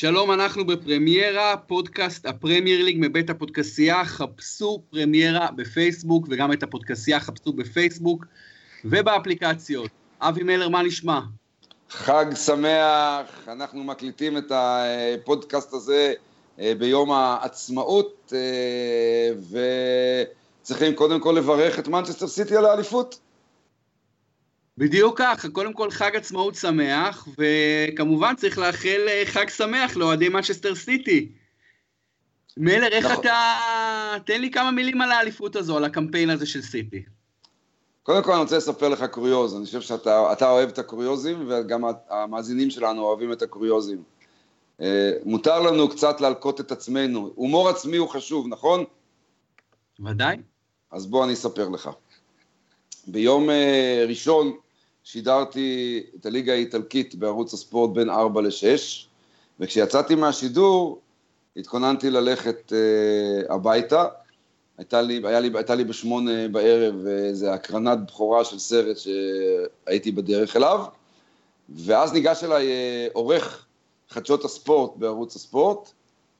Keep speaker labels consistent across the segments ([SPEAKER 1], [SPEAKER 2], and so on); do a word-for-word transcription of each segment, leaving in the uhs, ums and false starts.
[SPEAKER 1] שלום, אנחנו בפרמיירה, פודקאסט הפרמייר ליג מבית הפודקסייה. חפשו פרמיירה בפייסבוק, וגם את הפודקסייה חפשו בפייסבוק ובאפליקציות. אבי מלר, מה נשמע?
[SPEAKER 2] חג שמח, אנחנו מקליטים את הפודקאסט הזה ביום העצמאות, וצריכים קודם כל לברך את מנצ'סטר סיטי על האליפות.
[SPEAKER 1] בדיוק כך, קודם כל חג עצמאות שמח, וכמובן צריך לאחל חג שמח לאוהדי מנצ'סטר סיטי. מלר, איך נכון. אתה... תן לי כמה מילים על האליפות הזו, על הקמפיין הזה של סיטי.
[SPEAKER 2] קודם כל אני רוצה לספר לך קוריוז, אני חושב שאתה אתה אוהב את הקוריוזים, וגם המאזינים שלנו אוהבים את הקוריוזים. מותר לנו קצת להלקות את עצמנו, הומור עצמי הוא חשוב, נכון?
[SPEAKER 1] ודאי.
[SPEAKER 2] אז בוא אני אספר לך. ביום ראשון שידרתי את הליגה האיטלקית בערוץ הספורט בין ארבע לשש, וכשיצאתי מהשידור התכוננתי ללכת הביתה, הייתה לי, היה לי, הייתה לי בשמונה בערב איזו הקרנת בחורה של סרט שהייתי בדרך אליו, ואז ניגש אליי עורך חדשות הספורט בערוץ הספורט,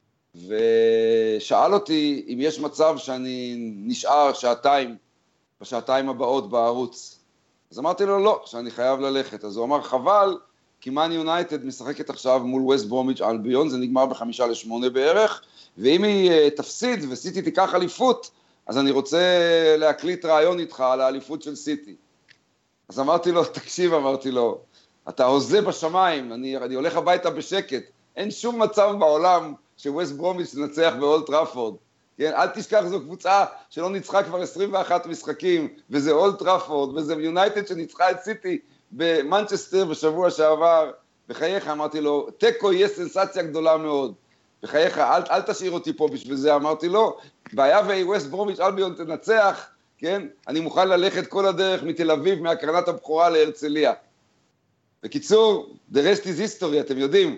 [SPEAKER 2] ושאל אותי אם יש מצב שאני נשאר שעתיים, בשעתיים הבאות בערוץ. אז אמרתי לו לא, שאני חייב ללכת. אז הוא אמר חבל, כי מן יונייטד משחקת עכשיו מול ווסט ברומיץ' אלביון, זה נגמר בחמישה לשמונה בערך, ואם היא תפסיד וסיטי תיקח אליפות, אז אני רוצה להקליט רעיון איתך על האליפות של סיטי. אז אמרתי לו, תקשיב, אמרתי לו, אתה הוזה בשמיים, אני, אני הולך הביתה בשקט, אין שום מצב בעולם שווסט ברומיץ' תנצח באולד טראפורד. כן, אל תשכח, זו קבוצה שלא ניצחה כבר עשרים ואחד משחקים, וזה אולד טראפורד, וזה יונייטד שניצחה את סיטי במנצ'סטר בשבוע שעבר. בחייך, אמרתי לו, טקו יהיה סנסציה גדולה מאוד. בחייך, אל, אל תשאיר אותי פה בשביל זה, אמרתי לו, בעיה ווסט ברומיץ' אלביון תנצח, כן, אני מוכן ללכת כל הדרך מתל אביב, מהקרנת הבכורה להרצליה. בקיצור, the rest is history, אתם יודעים.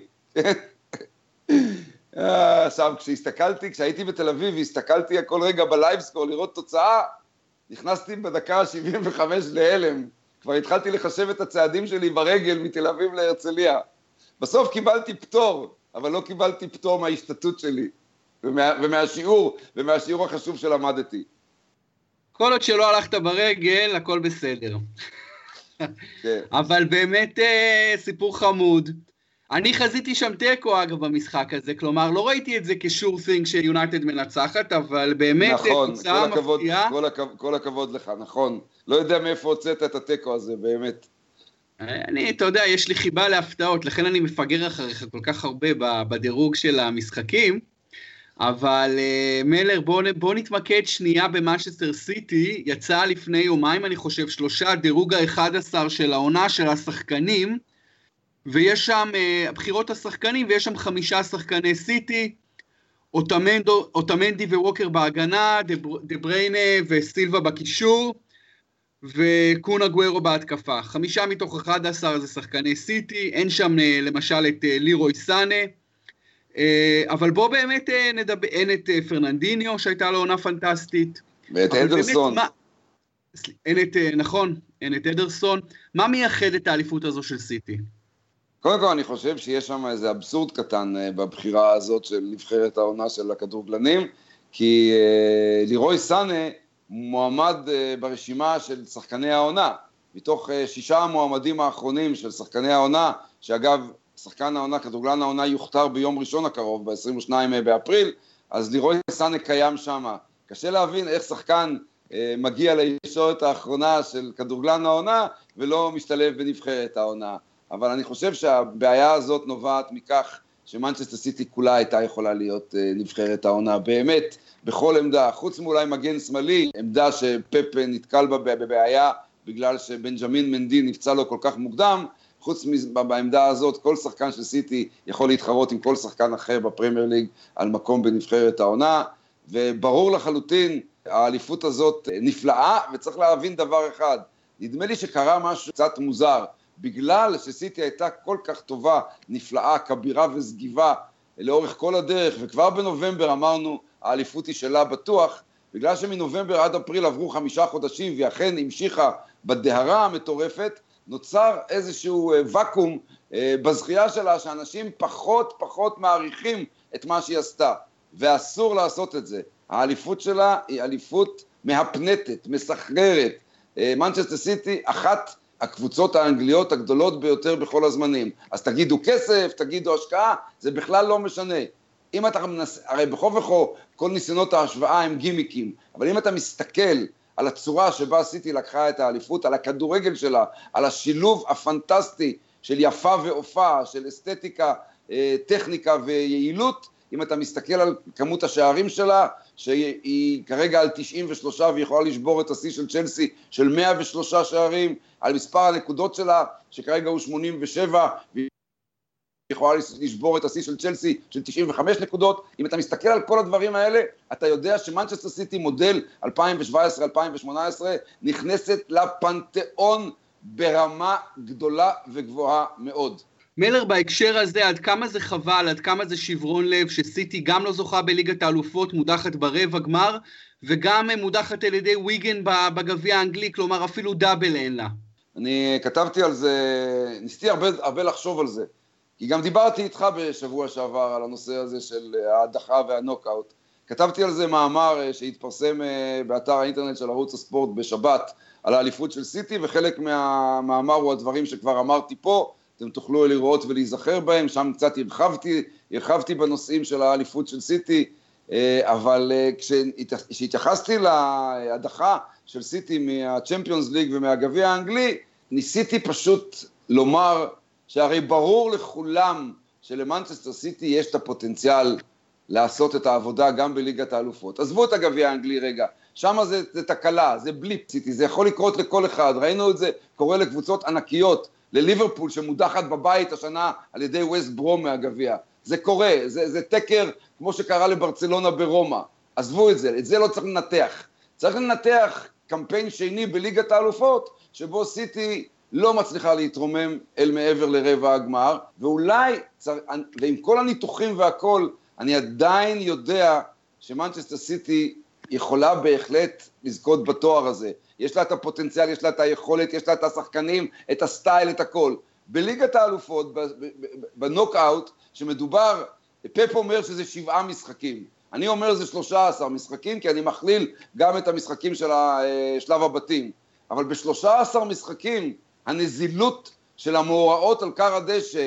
[SPEAKER 2] עכשיו, כשהסתכלתי, כשהייתי בתל אביב, והסתכלתי כל רגע בלייבסקור לראות תוצאה, נכנסתי בדקה שבעים וחמש להלם, כבר התחלתי לחשב את הצעדים שלי ברגל מתל אביב להרצליה. בסוף קיבלתי פטור, אבל לא קיבלתי פטור מההשתתות שלי, ומה, ומהשיעור, ומהשיעור החשוב שלמדתי.
[SPEAKER 1] כל עוד שלא הלכת ברגל, הכל בסדר.
[SPEAKER 2] כן.
[SPEAKER 1] אבל באמת סיפור חמוד. אני חזיתי שם טקו אגב במשחק הזה, כלומר לא ראיתי את זה כשור סינג שיונייטד מנצחת, אבל באמת
[SPEAKER 2] נכון,
[SPEAKER 1] תוצאה
[SPEAKER 2] כל הכבוד,
[SPEAKER 1] מפתיעה.
[SPEAKER 2] כל, הכבוד, כל הכבוד לך, נכון. לא יודע מאיפה הוצאת את הטקו הזה, באמת.
[SPEAKER 1] אני, אתה יודע, יש לי חיבה להפתעות, לכן אני מפגר אחריך כל כך הרבה בדירוג של המשחקים, אבל uh, מלר, בוא, בוא נתמקד שנייה במנצ'סטר סיטי. יצא לפני יומיים, אני חושב, שלושה, דירוג ה-אחד עשר של העונה של השחקנים, ויש שם uh, בחירות השחקנים, ויש שם חמישה שחקני סיטי, אוטמנדו, אוטמנדי וווקר בהגנה, דה בריינה וסילבה בקישור, וקונה גוארו בהתקפה. חמישה מתוך אחד עשר זה שחקני סיטי, אין שם למשל את לירוי סאנה, אבל בוא באמת נדבר, אין את פרננדיניו שהייתה לו עונה פנטסטית.
[SPEAKER 2] ואת אדרסון.
[SPEAKER 1] מה, אין את, נכון, אין את אדרסון. מה מייחד את האליפות הזו של סיטי?
[SPEAKER 2] קודם כל אני חושב שיש שם איזה אבסורד קטן בבחירה הזאת של נבחרת העונה של הכדורגלנים, כי לירוי סאנה מועמד ברשימה של שחקני העונה, מתוך שישה המועמדים האחרונים של שחקני העונה, שאגב, שחקן העונה, כדורגלן העונה יוכתר ביום ראשון הקרוב, ב-עשרים ושניים באפריל, אז לירוי סאנה קיים שם. קשה להבין איך שחקן אה, מגיע לישורת האחרונה של כדורגלן העונה, ולא משתלב בנבחרת העונה. אבל אני חושב שהבעיה הזאת נובעת מכך שמנצ'סטר סיטי כולה הייתה יכולה להיות אה, נבחרת העונה. באמת, בכל עמדה, חוץ מאולי מגן שמאלי, עמדה שפפה נתקל בה בבעיה, בגלל שבנג'מין מנדי נפצע לו כל כך מוקדם, חוץ בעמדה הזאת, כל שחקן של סיטי יכול להתחרות עם כל שחקן אחר בפרמייר ליג על מקום בנבחרת העונה, וברור לחלוטין, האליפות הזאת נפלאה, וצריך להבין דבר אחד, נדמה לי שקרה משהו קצת מוזר, בגלל שסיטי הייתה כל כך טובה, נפלאה, כבירה וסגיבה, לאורך כל הדרך, וכבר בנובמבר אמרנו, האליפות היא שלה בטוח, בגלל שמנובמבר עד אפריל עברו חמישה חודשים, ואכן המשיכה בדהרה המטורפת, נוצר איזשהו וקום בזכייה שלה, שאנשים פחות פחות מעריכים את מה שהיא עשתה, ואסור לעשות את זה. האליפות שלה היא אליפות מהפנטת, מסחררת. מנצ'סטר סיטי, אחת הקבוצות האנגליות הגדולות ביותר בכל הזמנים. אז תגידו כסף, תגידו השקעה, זה בכלל לא משנה. אם אתה מנס... הרי בכל וכו, כל ניסיונות ההשוואה הם גימיקים, אבל אם אתה מסתכל על הצורה שבה סיטי לקחה את האליפות, על הכדורגל שלה, על השילוב הפנטסטי של יפה ואופה, של אסתטיקה, טכניקה ויעילות, אם אתה מסתכל על כמות השערים שלה, שהיא כרגע על תשעים ושלוש והיא יכולה לשבור את השיא של צ'לסי של מאה ושלושה שערים, על מספר הנקודות שלה שכרגע הוא שמונים ושבע, והיא יכולה לשבור את השיא של צ'לסי של תשעים וחמש נקודות. אם אתה מסתכל על כל הדברים האלה, אתה יודע שמנצ'סטר סיטי מודל אלפיים שבע עשרה אלפיים שמונה עשרה נכנסת לפנתיאון ברמה גדולה וגבוהה מאוד.
[SPEAKER 1] מלר, בהקשר הזה, עד כמה זה חבל, עד כמה זה שברון לב, שסיטי גם לא זוכה בליגת האלופות, מודחת ברבע גמר, וגם מודחת על ידי ויגן בגביע האנגלי, כלומר אפילו דאבל אין לה.
[SPEAKER 2] אני כתבתי על זה, ניסיתי הרבה, הרבה לחשוב על זה, כי גם דיברתי איתך בשבוע שעבר על הנושא הזה של ההדחה והנוקאוט. כתבתי על זה מאמר שהתפרסם באתר האינטרנט של ערוץ הספורט בשבת, על האליפות של סיטי, וחלק מהמאמר הוא הדברים שכבר אמרתי פה, אתם תוכלו לראות ולהיזכר בהם, שם קצת הרחבתי, הרחבתי בנושאים של האליפות של סיטי, אבל כשהתייחסתי להדחה של סיטי מהצ'מפיונס ליג ומהגביע האנגלי, ניסיתי פשוט לומר שהרי ברור לכולם שלמנצ'סטר סיטי יש את הפוטנציאל לעשות את העבודה גם בליגת האלופות. עזבו את הגביע האנגלי רגע, שם זה, זה תקלה, זה בליפ סיטי, זה יכול לקרות לכל אחד, ראינו את זה, קורה לקבוצות ענקיות, לליברפול שמודחת בבית השנה על ידי ווסט ברום מהגביע. זה קורה, זה, זה תקר כמו שקרה לברצלונה ברומא. עזבו את זה, את זה לא צריך לנתח. צריך לנתח קמפיין שני בליגת האלופות, שבו סיטי לא מצליחה להתרומם אל מעבר לרבע הגמר, ואולי, ועם כל הניתוחים והכל, אני עדיין יודע שמנצ'סטר סיטי יכולה בהחלט לזכות בתואר הזה. יש לה את הפוטנציאל, יש לה את היכולת, יש לה את השחקנים, את הסטייל, את הכל. בליגת האלופות, בנוקאוט, שמדובר, פפ אומר שזה שבעה משחקים. אני אומר זה שלושה עשר משחקים, כי אני מכליל גם את המשחקים של שלב הבתים. אבל בשלושה עשר משחקים, הנזילות של המאורעות על קר הדשא,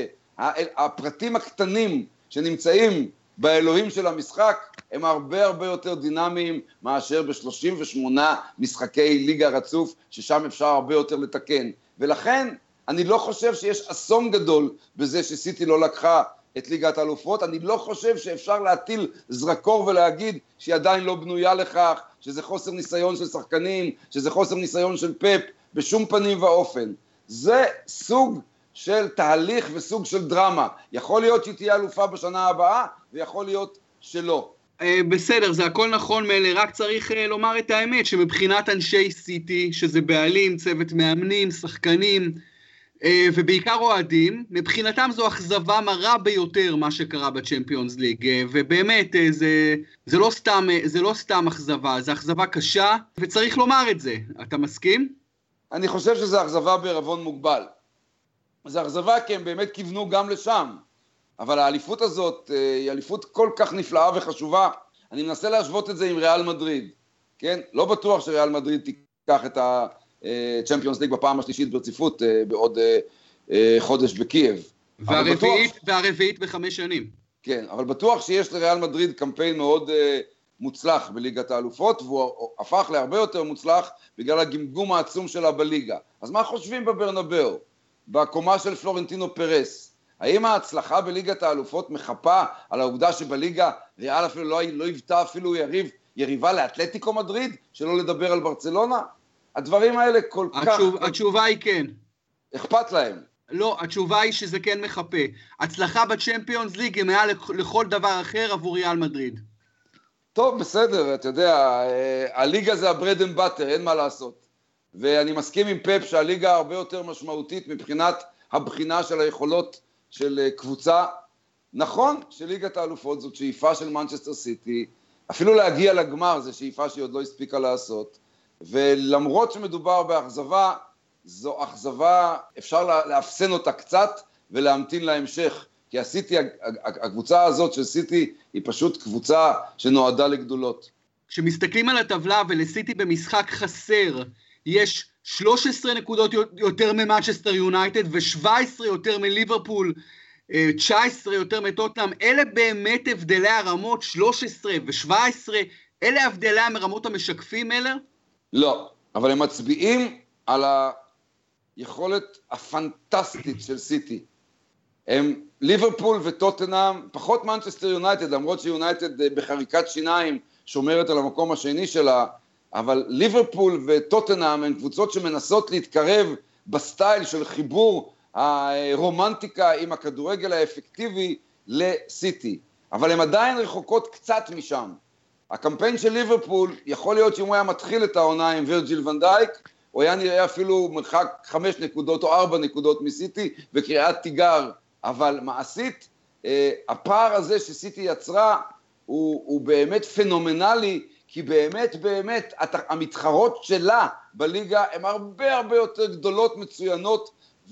[SPEAKER 2] הפרטים הקטנים שנמצאים באלוהים של המשחק, הם הרבה הרבה יותר דינמיים מאשר ב-שלושים ושמונה משחקי ליגה רצוף, ששם אפשר הרבה יותר לתקן. ולכן אני לא חושב שיש אסון גדול בזה שסיטי לא לקחה את ליגת האלופות, אני לא חושב שאפשר להטיל זרקור ולהגיד שהיא עדיין לא בנויה לכך, שזה חוסר ניסיון של שחקנים, שזה חוסר ניסיון של פפ, בשום פנים ואופן. זה סוג של תהליך וסוג של דרמה. יכול להיות שהיא תהיה אלופה בשנה הבאה, ויכול להיות שלא.
[SPEAKER 1] בסדר, זה הכל נכון, מלא, רק צריך לומר את האמת, שמבחינת אנשי סיטי, שזה בעלים, צוות מאמנים, שחקנים, ובעיקר אוהדים, מבחינתם זו אכזבה מרה ביותר מה שקרה בצ'מפיונס ליג, ובאמת זה, זה לא סתם, זה לא סתם אכזבה, זה אכזבה קשה, וצריך לומר את זה. אתה מסכים?
[SPEAKER 2] אני חושב שזה אכזבה בערבון מוגבל. זה אכזבה כי הם באמת כיוונו גם לשם, אבל האליפות הזאת היא אליפות כל כך נפלאה וחשובה. אני מנסה להשוות את זה עם ריאל מדריד, כן? לא בטוח שריאל מדריד תיקח את הצ'מפיונס ליג בפעם השלישית ברציפות בעוד חודש בקייב.
[SPEAKER 1] והרביעית, בטוח... והרביעית בחמש שנים.
[SPEAKER 2] כן, אבל בטוח שיש לריאל מדריד קמפיין מאוד מוצלח בליגת האלופות, והוא הפך להרבה יותר מוצלח בגלל הגמגום העצום שלה בליגה. אז מה חושבים בברנבאו? בקומה של פלורנטינו פרס? האם ההצלחה בליגת האלופות מחפה על העובדה שבליגה ריאל אפילו לא, לא היוותה אפילו יריב, יריבה לאתלטיקו מדריד, שלא לדבר על ברצלונה? הדברים האלה כל
[SPEAKER 1] התשוב,
[SPEAKER 2] כך...
[SPEAKER 1] התשובה היא כן.
[SPEAKER 2] אכפת להם.
[SPEAKER 1] לא, התשובה היא שזה כן מחפה. הצלחה בצ'מפיונס ליג היא מעל לכל דבר אחר עבור ריאל מדריד.
[SPEAKER 2] טוב, בסדר, אתה יודע, הליגה זה הברד אנד באטר, אין מה לעשות. ואני מסכים עם פפ שהליגה הרבה יותר משמעותית מבחינת הבחינה של היכולות של קבוצה. נכון שליגת האלופות זאת שאיפה של מנצ'סטר סיטי, אפילו להגיע לגמר זה שאיפה שהיא עוד לא הספיקה לעשות, ולמרות שמדובר באכזבה, זו אכזבה, אפשר לאפסן אותה קצת, ולהמתין להמשך, כי הסיטי, הקבוצה הזאת של סיטי היא פשוט קבוצה שנועדה לגדולות.
[SPEAKER 1] כשמסתכלים על הטבלה ולסיטי במשחק חסר, יש שלוש עשרה נקודות יותר ממנצ'סטר יונייטד ו-שבע עשרה יותר מליברפול, תשע עשרה יותר מטוטנהאם. אלה באמת הבדלי הרמות, שלוש עשרה ו-שבע עשרה, אלה הבדלי הרמות המשקפים, מלר?
[SPEAKER 2] לא, אבל הם מצביעים על היכולת הפנטסטית של סיטי. הם ליברפול וטוטנהאם, פחות מנצ'סטר יונייטד, למרות שיונייטד בחריקת שיניים שומרת על המקום השני שלה, אבל ליברפול וטוטנהאם הן קבוצות שמנסות להתקרב בסטייל של חיבור הרומנטיקה עם הכדורגל האפקטיבי לסיטי, אבל הן עדיין רחוקות קצת משם. הקמפיין של ליברפול, יכול להיות שאם הוא היה מתחיל את העונה עם וירג'יל ון דייק, הוא היה נראה אפילו מרחק חמש נקודות או ארבע נקודות מסיטי וקריאת תיגר, אבל מעשית, הפער הזה שסיטי יצרה הוא, הוא באמת פנומנלי, כי באמת באמת המתחרות שלה בליגה הן הרבה הרבה יותר גדולות, מצוינות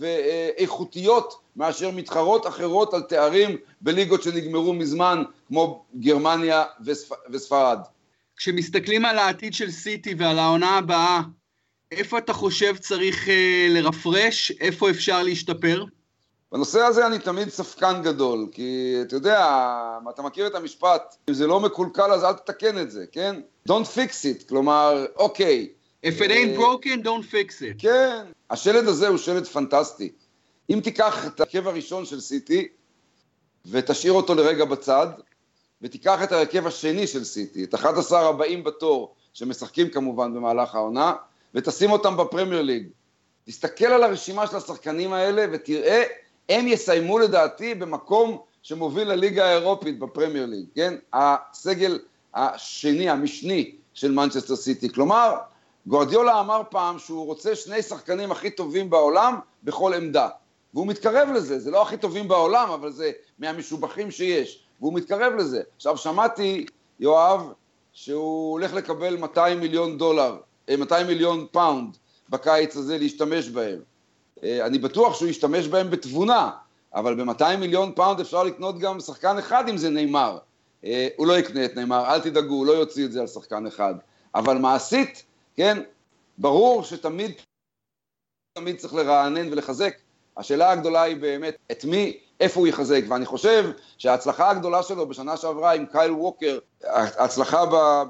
[SPEAKER 2] ואיכותיות מאשר מתחרות אחרות על תארים בליגות שנגמרו מזמן, כמו גרמניה וספרד.
[SPEAKER 1] כשמסתכלים על העתיד של סיטי ועל העונה הבאה, איפה אתה חושב צריך לרפרש? איפה אפשר להשתפר?
[SPEAKER 2] בנושא הזה אני תמיד ספקן גדול, כי אתה יודע, אתה מכיר את המשפט, אם זה לא מקולקל אז אל תתקן את זה, כן? Don't fix it, כלומר, אוקיי.
[SPEAKER 1] If it ain't broken, don't fix it.
[SPEAKER 2] כן, השלד הזה הוא שלד פנטסטי. אם תיקח את הרכב הראשון של סיטי, ותשאיר אותו לרגע בצד, ותיקח את הרכב השני של סיטי, את אחד עשר הבאים בתור, שמשחקים כמובן במהלך העונה, ותשים אותם בפרמייר ליג. תסתכל על הרשימה של השחקנים האלה, ותראה, הם יסיימו לדעתי במקום שמוביל לליגה האירופית בפרמייר ליג, כן? הסגל השני, המשני של מנצ'סטר סיטי. כלומר, גוארדיולה אמר פעם שהוא רוצה שני שחקנים הכי טובים בעולם בכל עמדה. והוא מתקרב לזה, זה לא הכי טובים בעולם, אבל זה מהמשובחים שיש. והוא מתקרב לזה. עכשיו, שמעתי, יואב, שהוא הולך לקבל מאתיים מיליון דולר, מאתיים מיליון פאונד בקיץ הזה להשתמש בהם. אני בטוח שהוא ישתמש בהם בתבונה, אבל ב-מאתיים מיליון פאונד אפשר לקנות גם שחקן אחד אם זה ניימר. הוא לא יקנה את ניימר, אל תדאגו, הוא לא יוציא את זה על שחקן אחד. אבל מעשית, כן, ברור שתמיד תמיד צריך לרענן ולחזק. השאלה הגדולה היא באמת, את מי, איפה הוא יחזק, ואני חושב שההצלחה הגדולה שלו בשנה שעברה עם קייל ווקר, ההצלחה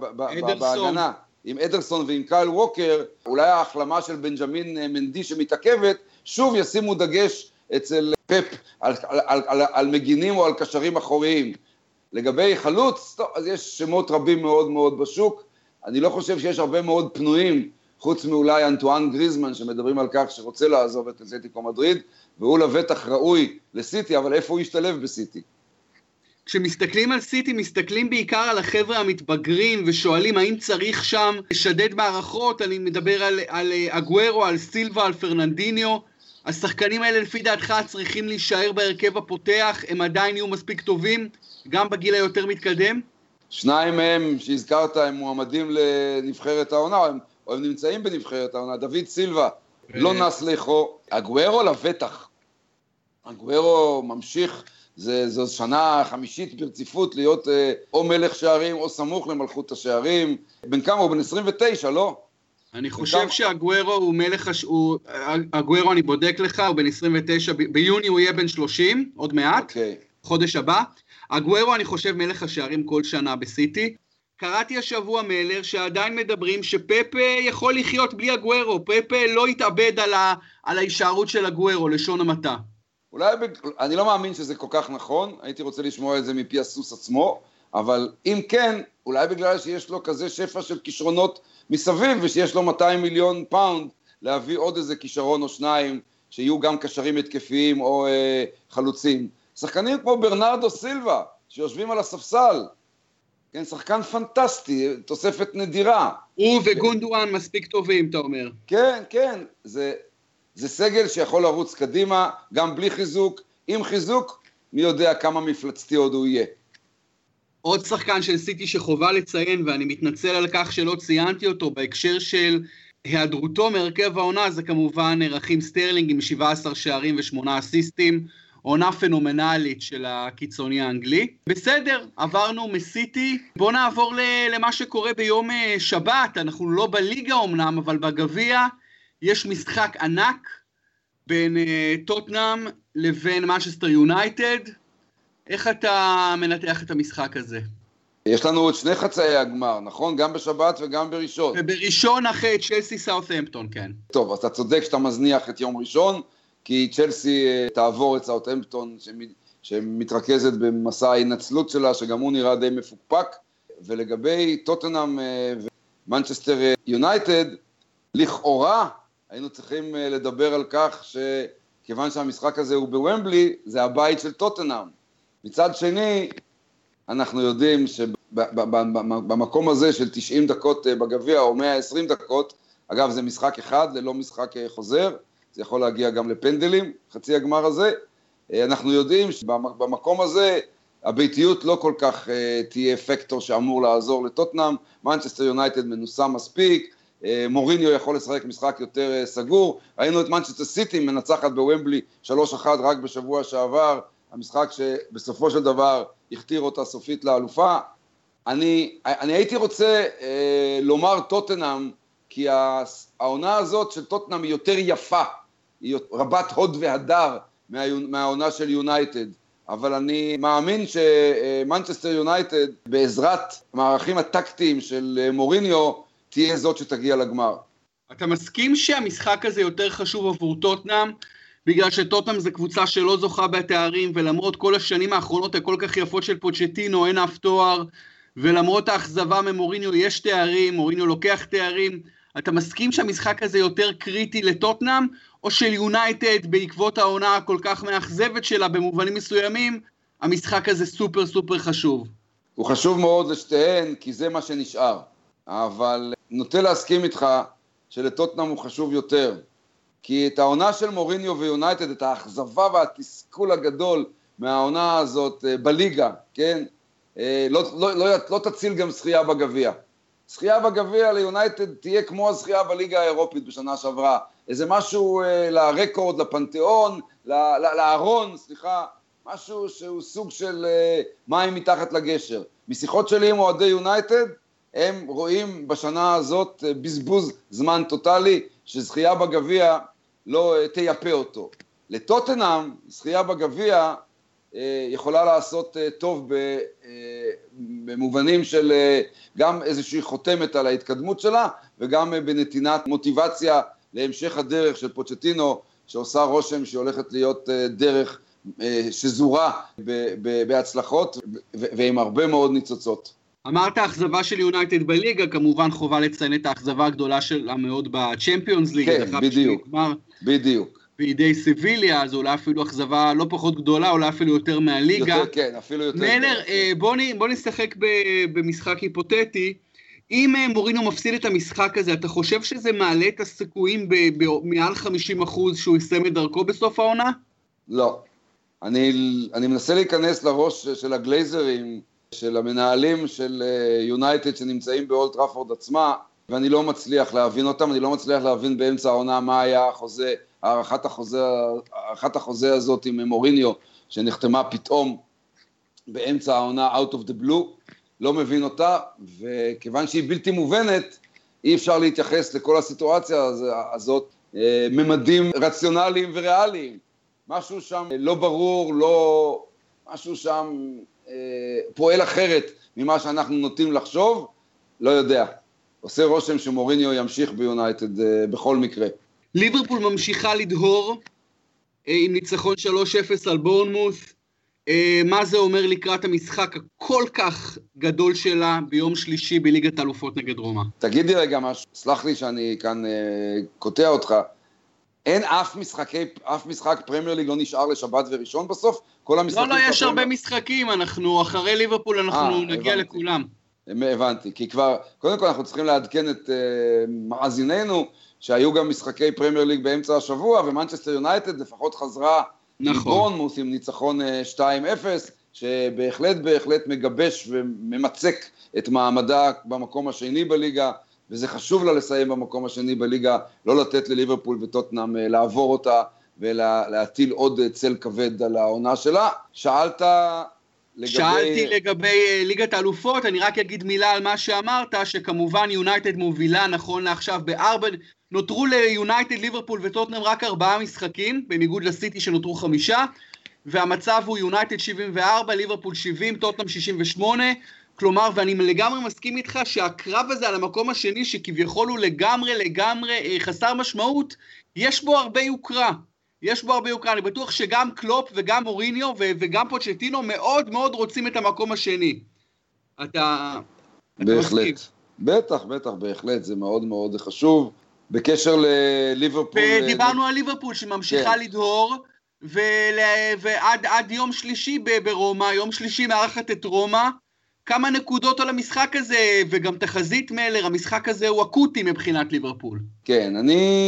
[SPEAKER 2] בהגנה, עם אדרסון ועם קייל ווקר, אולי ההחלמה של בנג'מין מנדי שמתעכבת, שוב ישימו דגש אצל פפ על, על, על, על, על מגינים או על קשרים אחוריים. לגבי חלוץ, טוב, אז יש שמות רבים מאוד מאוד בשוק, אני לא חושב שיש הרבה מאוד פנויים, חוץ מאולי אנטואן גריזמן שמדברים על כך שרוצה לעזוב את אתלטיקו מדריד, והוא לבטח ראוי לסיטי, אבל איפה הוא ישתלב בסיטי?
[SPEAKER 1] כשמסתכלים על סיטי, מסתכלים בעיקר על החבר'ה המתבגרים, ושואלים האם צריך שם לשדד מערכות, אני מדבר על, על אגוארו, על סילבה, על פרננדיניו, השחקנים האלה לפי דעתך צריכים להישאר בהרכב הפותח, הם עדיין יהיו מספיק טובים, גם בגיל היותר מתקדם?
[SPEAKER 2] שניים מהם שהזכרת הם מועמדים לנבחרת העונה, או הם, או הם נמצאים בנבחרת העונה, דוד סילבה, ו... לא נס לכו, אגוארו לבטח, אגוארו ממשיך, זה, זו שנה חמישית ברציפות להיות אה, או מלך שערים או סמוך למלכות השערים, בן כמה הוא? בן עשרים ותשע, לא?
[SPEAKER 1] אני חושב כמה... שאגוארו הוא מלך, הש... הוא... אגוארו אני בודק לך, הוא בן עשרים ותשע, ב... ביוני הוא יהיה בן שלושים, עוד מעט, okay. חודש הבא, אגוארו אני חושב מלך השערים כל שנה בסיטי, קראתי השבוע מלר שעדיין מדברים שפפה יכול לחיות בלי אגוארו, פפה לא יתאבד על, ה... על ההישארות של אגוארו, לשון המעטה.
[SPEAKER 2] אולי, אני לא מאמין שזה כל כך נכון, הייתי רוצה לשמוע את זה מפי הסוס עצמו, אבל אם כן, אולי בגלל שיש לו כזה שפע של כישרונות מסביב, ושיש לו מאתיים מיליון פאונד, להביא עוד איזה כישרון או שניים, שיהיו גם קשרים התקפיים או אה, חלוצים. שחקנים כמו ברנרדו סילבה, שיושבים על הספסל, כן, שחקן פנטסטי, תוספת נדירה.
[SPEAKER 1] הוא וגונדואן מספיק טובים, אתה אומר.
[SPEAKER 2] כן, כן, זה... זה סגל שיכול לרוץ קדימה, גם בלי חיזוק, עם חיזוק, מי יודע כמה מפלצתי עוד הוא יהיה.
[SPEAKER 1] עוד שחקן של סיטי שחובה לציין, ואני מתנצל על כך שלא ציינתי אותו, בהקשר של היעדרותו מהרכב העונה, זה כמובן רכים סטרלינג עם שבעה עשר שערים ושמונה אסיסטים, עונה פנומנלית של הקיצוני האנגלי. בסדר, עברנו מסיטי, בואו נעבור למה שקורה ביום שבת, אנחנו לא בליגה אמנם, אבל בגביע יש משחק ענק בין טוטנהאם לבין מנצ'סטר יונייטד. איך אתה מנתח את המשחק הזה?
[SPEAKER 2] יש לנו עוד שני חצאי הגמר, נכון? גם בשבת וגם בראשון.
[SPEAKER 1] ובראשון אחרי צ'לסי סאות'המפטון, כן.
[SPEAKER 2] טוב, אז אתה צודק שאתה מזניח את יום ראשון, כי צ'לסי תעבור את סאות'המפטון שמתרכזת במסע ההנצלות שלה, שגם הוא נראה די מפוקפק, ולגבי טוטנהאם ומנצ'סטר יונייטד, לכאורה היינו צריכים לדבר על כך שכיוון שהמשחק הזה הוא בוומבלי, זה הבית של טוטנהאם. מצד שני, אנחנו יודעים שבמקום הזה של תשעים דקות בגביע או מאה ועשרים דקות, אגב זה משחק אחד ללא משחק חוזר, זה יכול להגיע גם לפנדלים, חצי הגמר הזה, אנחנו יודעים שבמקום הזה הביתיות לא כל כך תהיה פקטור שאמור לעזור לטוטנהאם, מנצ'סטר יונייטד מנוסה מספיק, מוריניו יכול לשחק משחק יותר סגור, ראינו את מנצ'סטר סיטי מנצחת בוומבלי שלוש אחת רק בשבוע שעבר, המשחק שבסופו של דבר הכתיר אותה סופית לאלופה. אני, אני הייתי רוצה אה, לומר טוטנהאם, כי העונה הזאת של טוטנהאם היא יותר יפה, היא רבת הוד והדר מה, מהעונה של יונייטד, אבל אני מאמין שמנצ'סטר יונייטד בעזרת המערכים הטקטיים של מוריניו תהיה זאת שתגיע לגמר.
[SPEAKER 1] אתה מסכים שהמשחק הזה יותר חשוב עבור טוטנהאם, בגלל שטוטנהאם זה קבוצה שלא זוכה בתארים, ולמרות כל השנים האחרונות הכל כך יפות של פוצ'טינו, אין אף תואר, ולמרות האכזבה ממוריניו יש תארים, מוריניו לוקח תארים, אתה מסכים שהמשחק הזה יותר קריטי לטוטנהאם, או של יונייטד בעקבות העונה הכל כך מאכזבת שלה במובנים מסוימים, המשחק הזה סופר סופר חשוב?
[SPEAKER 2] הוא חשוב מאוד לשתיהן, כי זה מה שנשאר, אבל נוטה להסכים איתך שלטוטנהאם הוא חשוב יותר, כי את העונה של מוריניו ויונייטד, את האכזבה והתסכול הגדול מהעונה הזאת בליגה, כן? לא, לא, לא, לא תציל גם זכייה בגביע. זכייה בגביע ליונייטד תהיה כמו הזכייה בליגה האירופית בשנה שעברה. איזה משהו לרקורד, לפנתיאון, לארון, סליחה, משהו שהוא סוג של מים מתחת לגשר. משיחות שלי עם אוהדי יונייטד, הם רואים בשנה הזאת בזבוז זמן טוטלי, שזכייה בגביע לא תייפה אותו. לטוטנהאם, זכייה בגביע יכולה לעשות טוב במובנים של גם איזושהי חותמת על ההתקדמות שלה, וגם בנתינת מוטיבציה להמשך הדרך של פוצ'טינו, שעושה רושם שהיא הולכת להיות דרך שזורה בהצלחות ועם הרבה מאוד ניצוצות.
[SPEAKER 1] אמרת האכזבה של יונייטד בליגה, כמובן חובה לציין את האכזבה הגדולה שלה מאוד בצ'מפיונס ליג.
[SPEAKER 2] כן, בדיוק, בדיוק.
[SPEAKER 1] בידי סיביליה, אז אולי אפילו אכזבה לא פחות גדולה, אולי אפילו יותר מהליגה.
[SPEAKER 2] יותר, כן, אפילו יותר.
[SPEAKER 1] מלר, בוא, בוא נשחק במשחק היפותטי. אם מוריניו מפסיד את המשחק הזה, אתה חושב שזה מעלה את הסיכויים במעל חמישים אחוז שהוא יסיים את דרכו בסוף העונה?
[SPEAKER 2] לא. אני, אני מנסה להיכנס לראש של הגלייזרים, של המנהלים של יונייטד שנמצאים באולד טראפורד עצמה, ואני לא מצליח להבין אותם, אני לא מצליח להבין באמצע העונה מה היה החוזה, הערכת החוזה, הערכת החוזה הזאת עם מוריניו, שנחתמה פתאום באמצע העונה out of the blue, לא מבין אותה, וכיוון שהיא בלתי מובנת, אי אפשר להתייחס לכל הסיטואציה הזאת, ממדים רציונליים וריאליים, משהו שם לא ברור, לא, משהו שם פועל אחרת ממה שאנחנו נוטים לחשוב, לא יודע. עושה רושם שמוריניו ימשיך ביונייטד בכל מקרה.
[SPEAKER 1] ליברפול ממשיכה לדהור עם ניצחון שלוש אפס על בורנמות'. מה זה אומר לקראת המשחק הכל כך גדול שלה ביום שלישי בליגת האלופות נגד רומא?
[SPEAKER 2] תגידי רגע משהו, סלח לי שאני כאן קוטע אותך. אין אף משחקי, אף משחק פרמייר ליג לא נשאר לשבת וראשון בסוף? כל המשחקים...
[SPEAKER 1] לא, לא, יש הרבה משחקים, אנחנו, אחרי ליברפול אנחנו נגיע לכולם.
[SPEAKER 2] הבנתי, כי כבר, קודם כל אנחנו צריכים לעדכן את מאזיננו, שהיו גם משחקי פרמייר ליג באמצע השבוע, ומנצ'סטר יונייטד לפחות חזרה מבורנמות' עם ניצחון שתיים אפס, שבהחלט בהחלט מגבש וממצק את מעמדה במקום השני בליגה, וזה חשוב לה לסיים במקום השני בליגה, לא לתת לליברפול וטוטנהאם לעבור אותה ולהטיל עוד צל כבד על העונה שלה. שאלת לגבי...
[SPEAKER 1] שאלתי לגבי ליגת האלופות, אני רק אגיד מילה על מה שאמרת, שכמובן יונייטד מובילה נכון לעכשיו בארבע, נותרו ליונייטד, ליברפול וטוטנהאם רק ארבעה משחקים, בניגוד לסיטי שנותרו חמישה, והמצב הוא יונייטד שבעים וארבע, ליברפול שבעים, טוטנהאם שישים ושמונה, כלומר, ואני לגמרי מסכים איתך שהקרב הזה על המקום השני, שכביכול הוא לגמרי לגמרי חסר משמעות, יש בו הרבה יוקרה. יש בו הרבה יוקרה, אני בטוח שגם קלופ וגם מוריניו ו- וגם פוצ'טינו מאוד מאוד רוצים את המקום השני. אתה...
[SPEAKER 2] בהחלט. בטח, בטח, בהחלט, זה מאוד מאוד חשוב. בקשר לליברפול...
[SPEAKER 1] ודיברנו ל... על ליברפול שממשיכה כן. לדהור, ול... ועד עד יום שלישי ברומא, יום שלישי מארחת את רומא, כמה נקודות על המשחק הזה, וגם תחזית מלר, המשחק הזה הוא אקוטי מבחינת ליברפול.
[SPEAKER 2] כן,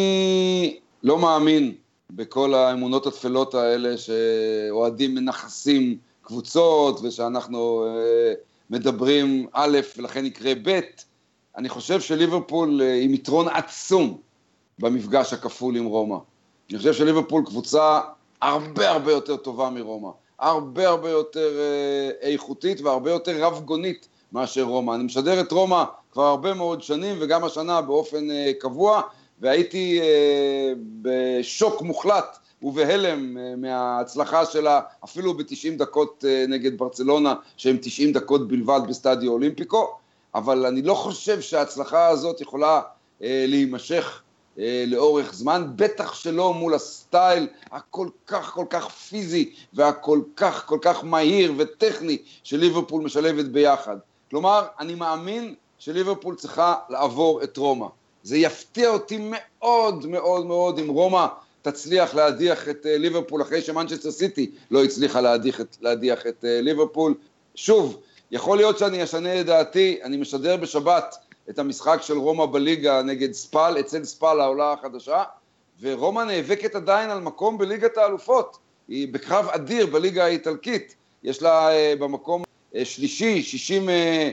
[SPEAKER 2] אני לא מאמין בכל האמונות התפלות האלה שאוהדים מנחסים קבוצות, ושאנחנו אה, מדברים א' ולכן יקרה ב'. אני חושב שליברפול אה, עם יתרון עצום במפגש הכפול עם רומא. אני חושב שליברפול קבוצה הרבה הרבה יותר טובה מרומא. הרבה הרבה יותר אה, איכותית והרבה יותר רב גונית מאשר רומא. אני משדר את רומא כבר הרבה מאוד שנים, וגם השנה באופן אה, קבוע, והייתי אה, בשוק מוחלט ובהלם אה, מההצלחה שלה, אפילו ב-תשעים דקות אה, נגד ברצלונה, שהם תשעים דקות בלבד בסטדיו אולימפיקו, אבל אני לא חושב שההצלחה הזאת יכולה אה, להימשך אה, לאורך זמן, בטח שלא מול הסטייל הכל כך כל כך פיזי, והכל כך כל כך מהיר וטכני שליברפול משלבת ביחד. כלומר, אני מאמין שליברפול צריכה לעבור את רומא. זה יפתיע אותי מאוד מאוד מאוד אם רומא תצליח להדיח את ליברפול אחרי שמנצ'סטר סיטי לא הצליחה להדיח את, להדיח את ליברפול. שוב, יכול להיות שאני אשנה את דעתי, אני משדר בשבת את המשחק של רומא בליגה נגד ספל, אצל ספל העולה החדשה, ורומא נאבקת עדיין על מקום בליגת האלופות. היא בקרב אדיר בליגה האיטלקית, יש לה במקום שלישי שישים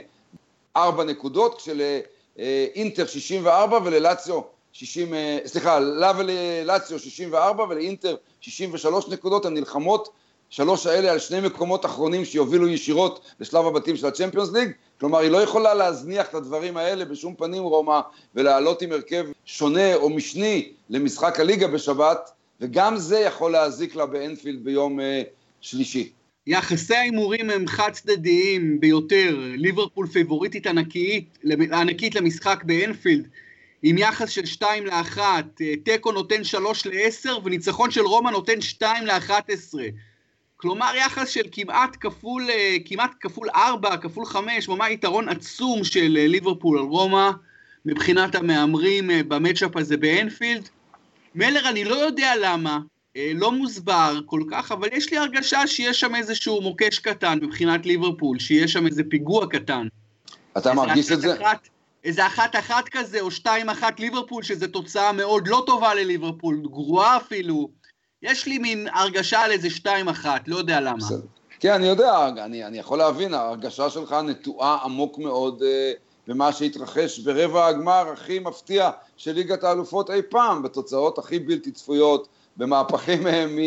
[SPEAKER 2] וארבע נקודות, כשל... אינטר שישים וארבע וללאציו שישים, סליחה, לה וללאציו שישים וארבע ולאינטר שישים ושלוש נקודות. הנלחמות שלוש האלה על שני מקומות אחרונים שיובילו ישירות לשלב הבתים של הצ'מפיונס ליג. כלומר, היא לא יכולה להזניח את הדברים האלה בשום פנים רומא, ולעלות עם הרכב שונה או משני למשחק הליגה בשבת, וגם זה יכול להזיק לה באנפילד ביום אה, שלישי.
[SPEAKER 1] יחסי האימורים הם חד צדדיים ביותר, ליברפול פיבוריטית ענקית, ענקית למשחק באנפילד, עם יחס של שתיים לאחת, טקו נותן שלוש לעשר, וניצחון של רומא נותן שתיים לאחת עשרה. כלומר, יחס של כמעט כפול, כמעט כפול ארבע, כפול חמש, ממש יתרון עצום של ליברפול על רומא, מבחינת המאמרים במצ'אפ הזה באנפילד. מלר, אני לא יודע למה, לא מוסבר כל כך, אבל יש לי הרגשה שיש שם איזשהו מוקש קטן מבחינת ליברפול, שיש שם איזה פיגוע קטן.
[SPEAKER 2] אתה מרגיש את זה?
[SPEAKER 1] אחת, איזה אחת אחת כזה, או שתיים אחת ליברפול, שזה תוצאה מאוד לא טובה לליברפול, גרועה אפילו. יש לי מין הרגשה על איזה שתיים אחת, לא יודע למה.
[SPEAKER 2] כן, אני יודע, אני, אני יכול להבין, ההרגשה שלך נטועה עמוק מאוד אה, במה שהתרחש ברבע הגמר הכי מפתיע של ליגת האלופות אי פעם, בתוצאות הכי בלתי צפויות, במהפכים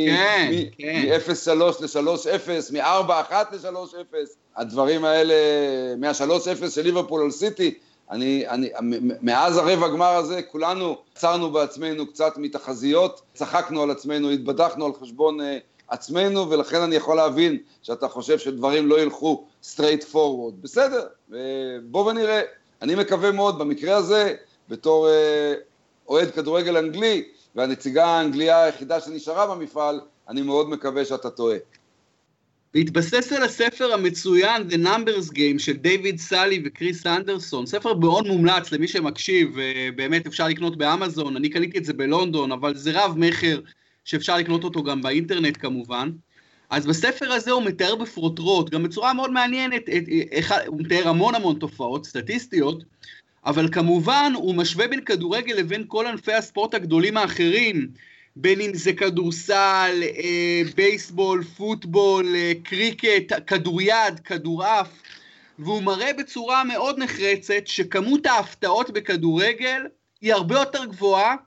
[SPEAKER 2] מ-אפס שלוש ל-שלוש אפס, מ-ארבע אחת ל-שלוש אפס, הדברים האלה, מה-שלוש אפס של ליברפול על סיטי, אני, אני, מאז הרבע הגמר הזה, כולנו צרנו בעצמנו קצת מתחזיות, צחקנו על עצמנו, התבדחנו על חשבון עצמנו, ולכן אני יכול להבין שאתה חושב שדברים לא ילכו straight forward. בסדר, בוא ונראה. אני מקווה מאוד במקרה הזה, בתור אוהד כדורגל אנגלי, והנציגה האנגליה היחידה שנשארה במפעל, אני מאוד מקווה שאתה טועה.
[SPEAKER 1] והתבסס על הספר המצוין, The Numbers Game, של דיוויד סאלי וקריס אנדרסון, ספר מאוד מומלץ למי שמקשיב, ובאמת אפשר לקנות באמזון, אני קניתי את זה בלונדון, אבל זה רב מחר שאפשר לקנות אותו גם באינטרנט כמובן. אז בספר הזה הוא מתאר בפרוטרוט, גם בצורה מאוד מעניינת, הוא מתאר המון המון תופעות סטטיסטיות, אבל כמובן הוא משווה בין כדורגל לבין כל ענפי הספורט הגדולים האחרים, בין אם זה כדורסל, בייסבול, פוטבול, קריקט, כדוריד, כדורעף, והוא מראה בצורה מאוד נחרצת שכמות ההפתעות בכדורגל היא הרבה יותר גבוהה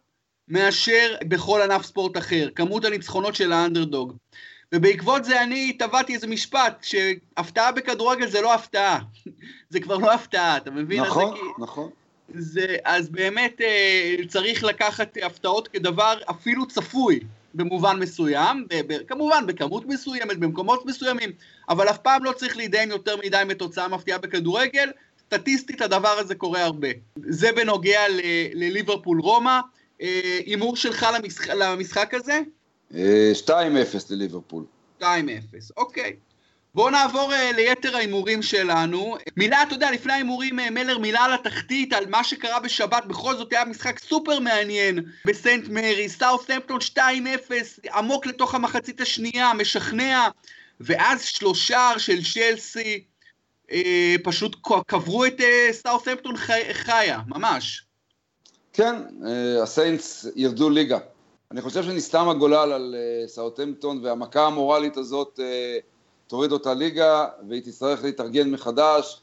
[SPEAKER 1] מאשר בכל ענף ספורט אחר, כמות הניצחונות של האנדרדוג. ובעקבות זה אני טבעתי איזה משפט, שהפתעה בכדורגל זה לא הפתעה, זה כבר לא הפתעה, אתה מבין?
[SPEAKER 2] נכון,
[SPEAKER 1] כי...
[SPEAKER 2] נכון.
[SPEAKER 1] זה, אז באמת צריך לקחת הפתעות כדבר אפילו צפוי, במובן מסוים, ב- ב- כמובן בכמות מסוימת, במקומות מסוימים, אבל אף פעם לא צריך להידיין יותר מדי מתוצאה מפתיעה בכדורגל, סטטיסטית הדבר הזה קורה הרבה. זה בנוגע ל- לליברפול רומא, אימור שלך למשחק, למשחק הזה?
[SPEAKER 2] שתיים אפס לליברפול.
[SPEAKER 1] שתיים אפס, אוקיי. בואו נעבור uh, ליתר האימורים שלנו. מילה, אתה יודע, לפני האימורים, uh, מלר, מילה על התחתית, על מה שקרה בשבת, בכל זאת היה משחק סופר מעניין בסנט מרי, סאות'המפטון שתיים אפס, עמוק לתוך המחצית השנייה, משכנע, ואז שלושה של צ'לסי, uh, פשוט קברו את uh, סאות'המפטון חי, חיה, ממש.
[SPEAKER 2] כן, uh, הסיינטס ירדו ליגה. אני חושב שנסתם הגולל על uh, סאות'המפטון, והמכה המורלית הזאת... Uh, תוריד אותה ליגה, והיא תצטרך להתארגן מחדש.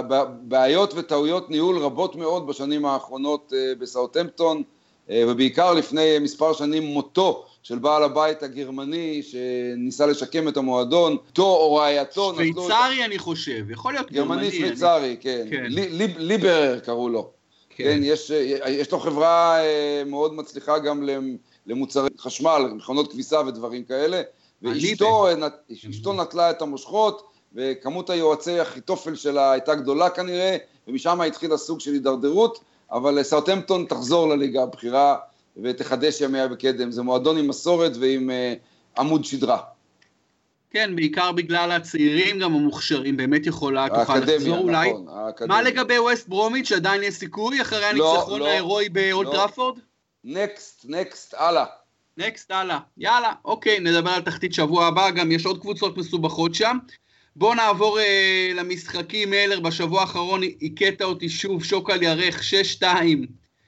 [SPEAKER 2] בעיות וטעויות ניהול רבות מאוד בשנים האחרונות בסאות'המפטון, ובעיקר לפני מספר שנים מותו של בעל הבית הגרמני, שניסה לשקם את המועדון, תו או רעייתו.
[SPEAKER 1] שוויצרי אני חושב, יכול להיות גרמני.
[SPEAKER 2] גרמני שוויצרי, כן. ליברר קראו לו. כן, יש לו חברה מאוד מצליחה גם למוצרי חשמל, מכונות כביסה ודברים כאלה, ואשתו אשתו נטלה את המושכות, וכמות היועצי החיתופל שלה הייתה גדולה כנראה, ומשם התחיל הסוג של הידרדרות, אבל סאות'המפטון תחזור לליגה הבחירה, ותחדש ימיה בקדם. זה מועדון עם מסורת ועם uh, עמוד שדרה.
[SPEAKER 1] כן, בעיקר בגלל הצעירים גם המוכשרים, באמת יכולה, תוכל לחזור אולי. נכון, מה לגבי ווסט ברומיץ', עדיין יש סיכוי, אחרי הניצחון לא, ההירואי לא, באולד לא. טראפורד?
[SPEAKER 2] נקסט, נקסט, הלאה.
[SPEAKER 1] נקסט, הלאה. יאללה, אוקיי, נדבר על תחתית שבוע הבא, גם יש עוד קבוצות מסובכות שם. בואו נעבור אה, למשחקים. מלר בשבוע האחרון הקטע אותי שוב, שוק על ירך, שש שתיים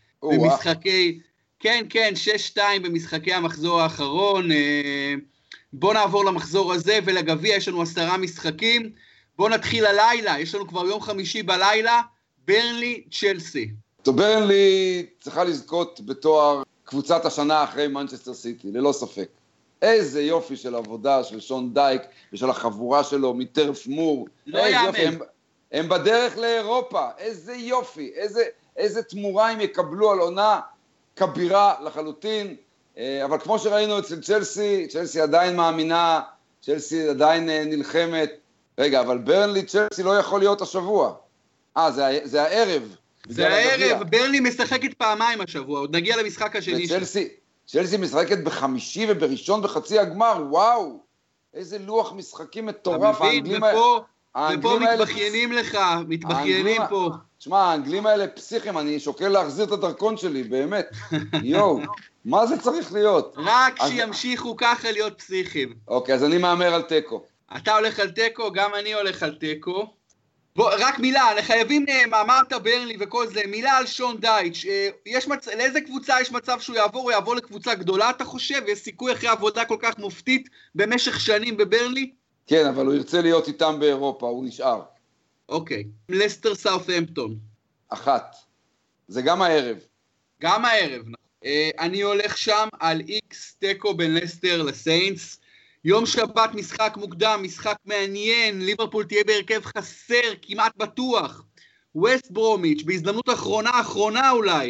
[SPEAKER 1] במשחקי, כן, כן, שש שתיים במשחקי המחזור האחרון. אה, בואו נעבור למחזור הזה, ולגביע יש לנו עשרה משחקים. בואו נתחיל הלילה, יש לנו כבר יום חמישי בלילה, ברנלי, צ'לסי.
[SPEAKER 2] טוב, ברנלי צריכה לזכות בתואר קבוצת השנה אחרי מנצ'סטר סיטי, ללא ספק. איזה יופי של עבודה של שון דייק ושל החבורה שלו מטרף מור.
[SPEAKER 1] לא יאמן.
[SPEAKER 2] הם, הם בדרך לאירופה, איזה יופי, איזה, איזה תמורה הם יקבלו על עונה כבירה לחלוטין. אבל כמו שראינו אצל צ'לסי, צ'לסי עדיין מאמינה, צ'לסי עדיין נלחמת. רגע, אבל ברנלי צ'לסי לא יכול להיות השבוע. אה, זה, זה הערב.
[SPEAKER 1] זה הערב, ברנלי משחקת פעמיים השבוע, עוד נגיע למשחק השני.
[SPEAKER 2] וצ'לסי, צ'לסי משחקת בחמישי ובראשון בחצי הגמר, וואו, איזה לוח משחקים מטורף.
[SPEAKER 1] האנגלים האלה... ופה מתבחיינים לך, מתבחיינים פה.
[SPEAKER 2] תשמע, האנגלים האלה פסיכים, אני שוקל להחזיר את הדרכון שלי, באמת. יואו, מה זה צריך להיות?
[SPEAKER 1] רק שימשיכו ככה להיות פסיכים.
[SPEAKER 2] אוקיי, אז אני מאמר על טקו.
[SPEAKER 1] אתה הולך על טקו, גם אני הולך על טקו. בוא, רק מילה, לחייבים, אמרת ברנלי וכל זה, מילה על שון דייץ', יש מצ... לאיזה קבוצה יש מצב שהוא יעבור, הוא יעבור לקבוצה גדולה, אתה חושב? יש סיכוי אחרי עבודה כל כך מופתית במשך שנים בברנלי?
[SPEAKER 2] כן, אבל הוא ירצה להיות איתם באירופה, הוא נשאר.
[SPEAKER 1] אוקיי, לסטר סאות'המפטון.
[SPEAKER 2] אחת. זה גם הערב.
[SPEAKER 1] גם הערב. אני הולך שם על איקס טקו בין לסטר לסיינטס, יום שבת משחק מוקדם, משחק מעניין, ליברפול תהיה בהרכב חסר, כמעט בטוח. ווסט ברומיץ', בהזדמנות אחרונה, אחרונה אולי,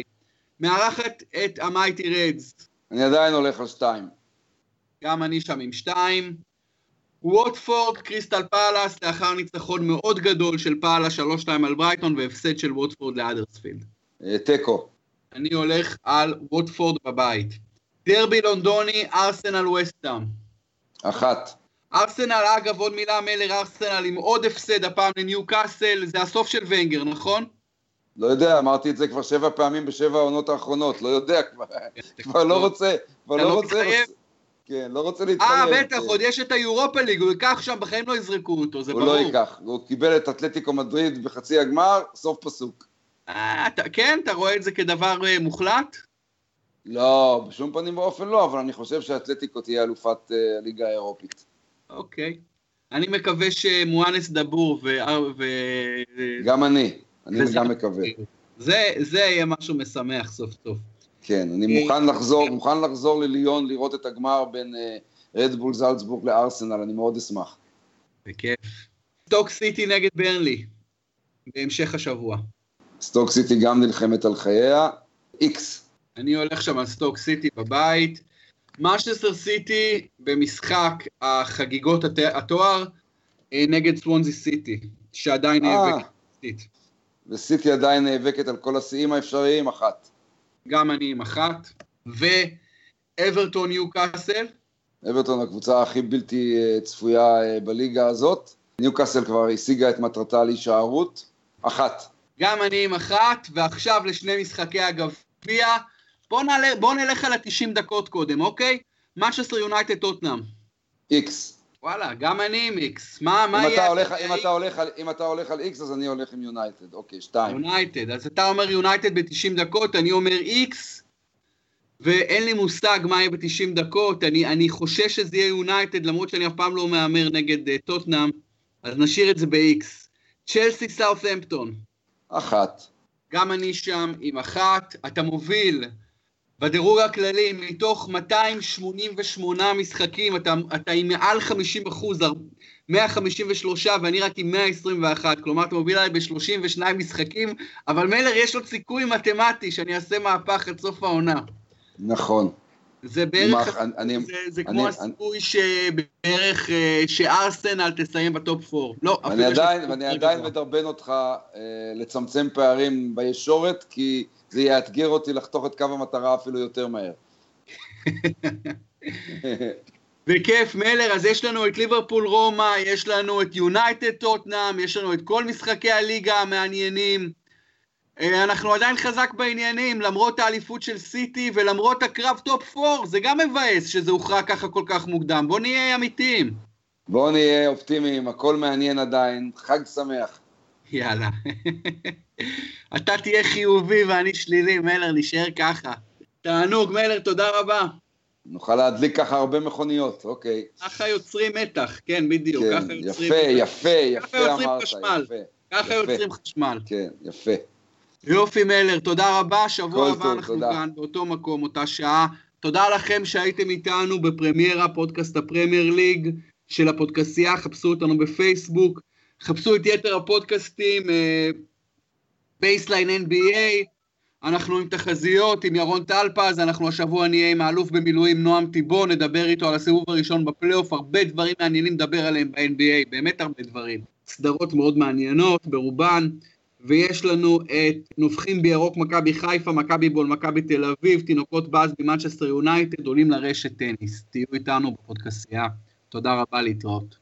[SPEAKER 1] מארחת את המייטי רדס.
[SPEAKER 2] אני עדיין הולך על שתיים.
[SPEAKER 1] גם אני שם עם שתיים. ווטפורד, קריסטל פאלאס, לאחר ניצחון מאוד גדול של פאלאס, שלוש שתיים על ברייטון, והפסד של ווטפורד לאדרספילד.
[SPEAKER 2] טקו.
[SPEAKER 1] אני הולך על ווטפורד בבית. דרבי לונדוני, ארסנל וסטהאם.
[SPEAKER 2] אחת.
[SPEAKER 1] ארסנל, אגב, עוד מילה, מלר, ארסנל עם עוד הפסד, הפעם לניו קאסל, זה הסוף של ונגר, נכון?
[SPEAKER 2] לא יודע, אמרתי את זה כבר שבע פעמים בשבע העונות האחרונות, לא יודע כבר, כבר לא רוצה, כבר לא רוצה, כן, לא רוצה להתחייב.
[SPEAKER 1] אה, בטח, עוד יש את היורופה ליג, הוא ייקח שם, בחיים לא יזרקו אותו, זה ברור.
[SPEAKER 2] הוא לא ייקח, הוא קיבל את אתלטיקו מדריד בחצי הגמר, סוף פסוק.
[SPEAKER 1] אה, כן, אתה רואה את זה כדבר מוחלט?
[SPEAKER 2] לא, בשום פנים באופן לא, אבל אני חושב שהאתלטיקו תהיה אלופת הליגה האירופית.
[SPEAKER 1] אוקיי. אני מקווה שמואנס דבור ו...
[SPEAKER 2] גם אני, אני גם מקווה.
[SPEAKER 1] זה, זה יהיה משהו משמח סוף סוף.
[SPEAKER 2] כן, אני מוכן לחזור, מוכן לחזור לליון, לראות את הגמר בין רדבול זלצבורג לארסנל, אני מאוד אשמח.
[SPEAKER 1] בכיף. סטוק סיטי נגד ברנלי, בהמשך השבוע.
[SPEAKER 2] סטוק סיטי גם נלחמת על חייה, איקס.
[SPEAKER 1] אני הולך שם על סטוק סיטי בבית. מנצ'סטר סיטי במשחק החגיגות התואר נגד סוונזי סיטי, שעדיין נאבקת.
[SPEAKER 2] וסיטי עדיין נאבקת על כל השיאים האפשריים, אחת.
[SPEAKER 1] גם אני עם אחת. ואברטון ניוקאסל.
[SPEAKER 2] אברטון הקבוצה הכי בלתי צפויה בליגה הזאת. ניוקאסל כבר השיגה את מטרתה להישארות, אחת.
[SPEAKER 1] גם אני עם אחת, ועכשיו לשני משחקי הגביע. בוא, נעלה, בוא נלך על ה-תשעים דקות קודם, אוקיי? מנצ'סטר יונייטד טוטנהאם.
[SPEAKER 2] איקס.
[SPEAKER 1] וואלה, גם אני עם איקס. מה, מה יהיה?
[SPEAKER 2] הולך, אם, אתה הולך על, אם אתה הולך על איקס, אז אני הולך עם יונייטד. אוקיי, שתיים.
[SPEAKER 1] יונייטד. אז אתה אומר יונייטד ב-תשעים דקות, אני אומר איקס, ואין לי מושג מה יהיה ב-תשעים דקות. אני, אני חושש שזה יהיה יונייטד, למרות שאני אף פעם לא מאמר נגד uh, טוטנהאם, אז נשאיר את זה ב-איקס. צ'לסי סאות'המפטון.
[SPEAKER 2] אחת.
[SPEAKER 1] גם אני שם עם אחת. אתה מוביל בדירוג הכללי, מתוך מאתיים שמונים ושמונה משחקים, אתה, אתה עם מעל חמישים אחוז, מאה חמישים ושלוש, ואני רק עם מאה עשרים ואחת, כלומר, אתה מוביל עליי ב-שלושים ושניים משחקים, אבל מלר יש לו סיכוי מתמטי, שאני אעשה מהפך עד סוף העונה.
[SPEAKER 2] נכון.
[SPEAKER 1] זה בערך,
[SPEAKER 2] מח, אני,
[SPEAKER 1] זה, זה
[SPEAKER 2] אני,
[SPEAKER 1] כמו אני, הסיכוי שבערך, שארסנל תסיים בטופ ארבע. לא,
[SPEAKER 2] ואני עדיין, ואני עדיין מדרבן אותך אה, לצמצם פערים בישורת, כי זה יאתגר אותי לחתוך את קו המטרה אפילו יותר מהר.
[SPEAKER 1] בכיף, מלר, אז יש לנו את ליברפול רומא, יש לנו את יונייטד טוטנהאם, יש לנו את כל משחקי הליגה המעניינים, אנחנו עדיין חזק בעניינים, למרות האליפות של סיטי ולמרות הקרב טופ ארבע, זה גם מבאס שזה הוכרע ככה כל כך מוקדם, בוא נהיה אמיתיים.
[SPEAKER 2] בוא נהיה אופטימיים, הכל מעניין עדיין, חג שמח.
[SPEAKER 1] יאללה. אתה תהיה חיובי ואני שלילי, מלר, נשאר ככה. תענוג, מלר, תודה רבה.
[SPEAKER 2] נוכל להדליק ככה הרבה מכוניות, אוקיי.
[SPEAKER 1] ככה יוצרים מתח, כן, בדיוק.
[SPEAKER 2] כן,
[SPEAKER 1] ככה
[SPEAKER 2] יפה,
[SPEAKER 1] יוצרים
[SPEAKER 2] יפה, יפה,
[SPEAKER 1] ככה יוצרים
[SPEAKER 2] אמרת,
[SPEAKER 1] חשמל.
[SPEAKER 2] יפה.
[SPEAKER 1] ככה
[SPEAKER 2] יפה.
[SPEAKER 1] יוצרים חשמל.
[SPEAKER 2] כן, יפה.
[SPEAKER 1] יופי מלר, תודה רבה, שבוע הבא
[SPEAKER 2] טוב,
[SPEAKER 1] אנחנו
[SPEAKER 2] תודה.
[SPEAKER 1] כאן באותו מקום, אותה שעה. תודה לכם שהייתם איתנו בפרמיירה, פודקאסט הפרמייר ליג של הפודקאסייה, חפשו אותנו בפייסבוק, חפשו את יתר הפודקאסטים, בייסליין אן בי איי, אנחנו עם תחזיות, עם ירון טלפז, אנחנו השבוע נהיה עם האלוף במילואים נועם טיבון, נדבר איתו על הסיבוב הראשון בפלייאוף, הרבה דברים מעניינים לדבר עליהם ב-אן בי איי, באמת הרבה דברים. סדרות מאוד מעניינות ברובן, ויש לנו את נובחים בירוק מכבי חיפה, מכבי בול, מכבי תל אביב, תינוקות באז במנצ'סטר יונייטד, עולים לרשת טניס. תהיו איתנו בפודקאסייה. תודה רבה, להתראות.